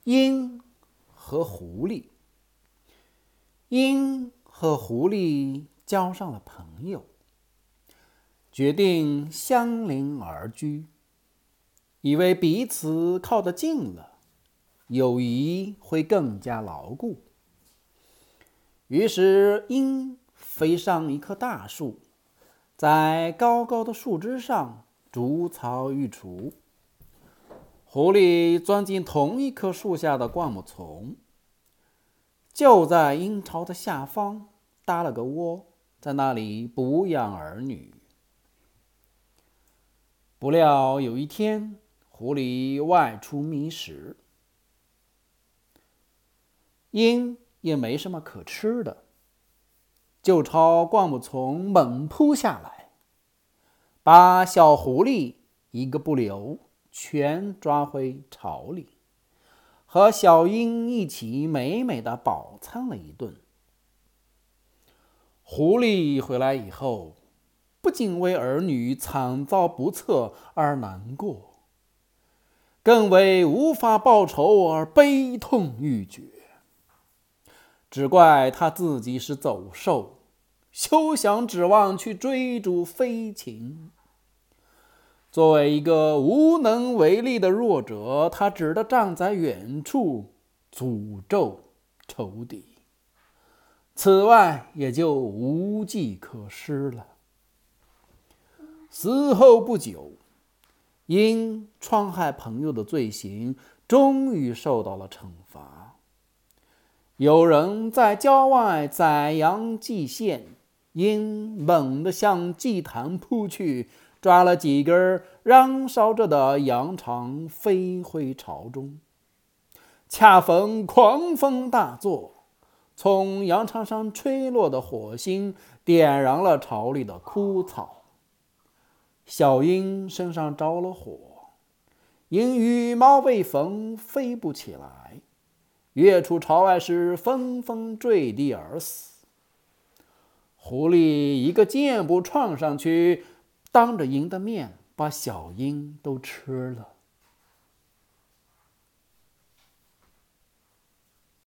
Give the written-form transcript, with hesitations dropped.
鹰和狐狸。鹰和狐狸交上了朋友，决定相邻而居，以为彼此靠得近了，友谊会更加牢固。于是鹰飞上一棵大树，在高高的树枝上筑巢育雏。狐狸钻进同一棵树下的灌木丛，就在鹰巢的下方搭了个窝，在那里哺养儿女。不料有一天，狐狸外出觅食，鹰也没什么可吃的，就朝灌木丛猛扑下来，把小狐狸一个不留，全抓回巢里，和小鹰一起美美的饱餐了一顿。狐狸回来以后，不仅为儿女惨遭不测而难过，更为无法报仇而悲痛欲绝。只怪他自己是走兽，休想指望去追逐飞禽。作为一个无能为力的弱者，他只得站在远处诅咒仇敌，此外也就无计可施了。死后不久，因戕害朋友的罪行终于受到了惩罚。有人在郊外宰羊祭献，鹰猛地向祭坛扑去，抓了几根燃烧着的羊肠飞回巢中。恰逢狂风大作，从羊肠上吹落的火星点燃了巢里的枯草。小鹰身上着了火，因羽毛未丰，飞不起来，跃出巢外时纷纷坠地而死。狐狸一个箭步窜上去，当着鹰的面把小鹰都吃了。